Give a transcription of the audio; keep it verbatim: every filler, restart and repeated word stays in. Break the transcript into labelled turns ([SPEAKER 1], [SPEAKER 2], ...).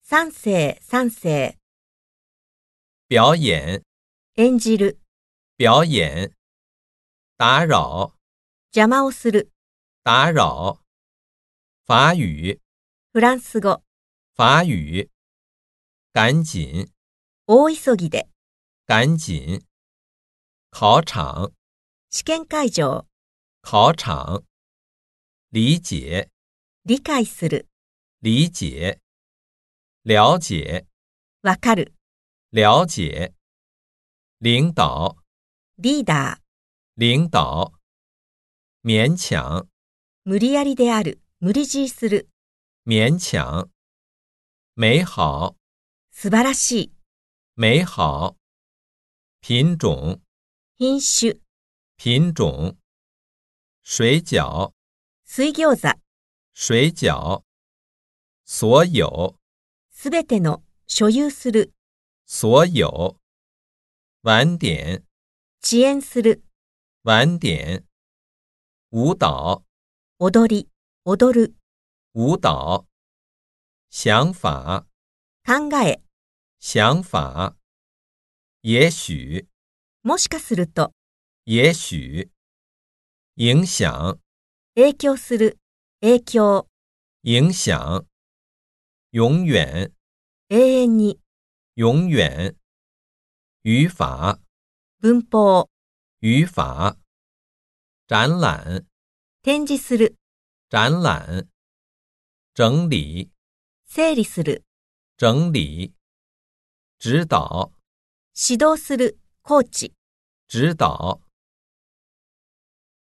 [SPEAKER 1] 三世、三世。
[SPEAKER 2] 表演、
[SPEAKER 1] 演じる。
[SPEAKER 2] 表演。打扰、
[SPEAKER 1] 邪魔をする。
[SPEAKER 2] 打扰。法语、
[SPEAKER 1] フランス語。
[SPEAKER 2] 法语。赶紧、
[SPEAKER 1] 大急ぎで。
[SPEAKER 2] 赶紧。考场、
[SPEAKER 1] 試験会場。
[SPEAKER 2] 考场。理解、
[SPEAKER 1] 理解する。
[SPEAKER 2] 理解。了解、
[SPEAKER 1] わかる。
[SPEAKER 2] 了解。领導、
[SPEAKER 1] リーダー。
[SPEAKER 2] 領導。勉強、
[SPEAKER 1] 無理やりである。無理強いする。
[SPEAKER 2] 勉強。美好、
[SPEAKER 1] 素晴らしい。
[SPEAKER 2] 美好。品種、
[SPEAKER 1] 品種。
[SPEAKER 2] 品種。水饺、
[SPEAKER 1] 水餃子。
[SPEAKER 2] 水饺。所有、
[SPEAKER 1] すべての。所有する。
[SPEAKER 2] 所有。晚点、
[SPEAKER 1] 遅延する。
[SPEAKER 2] 晚点。舞蹈、
[SPEAKER 1] 踊り。踊る。
[SPEAKER 2] 舞蹈。想法、
[SPEAKER 1] 考え。
[SPEAKER 2] 想法。也許、
[SPEAKER 1] もしかすると。
[SPEAKER 2] 也許。影響、
[SPEAKER 1] 影響する。影響。
[SPEAKER 2] 影響。永遠、
[SPEAKER 1] 永遠に。
[SPEAKER 2] 永遠。語法、
[SPEAKER 1] 文法。
[SPEAKER 2] 語法。展覽、
[SPEAKER 1] 展示する。
[SPEAKER 2] 展覽。整理、
[SPEAKER 1] 整理する。
[SPEAKER 2] 整理。指導、
[SPEAKER 1] 指導する。コーチ。
[SPEAKER 2] 指導。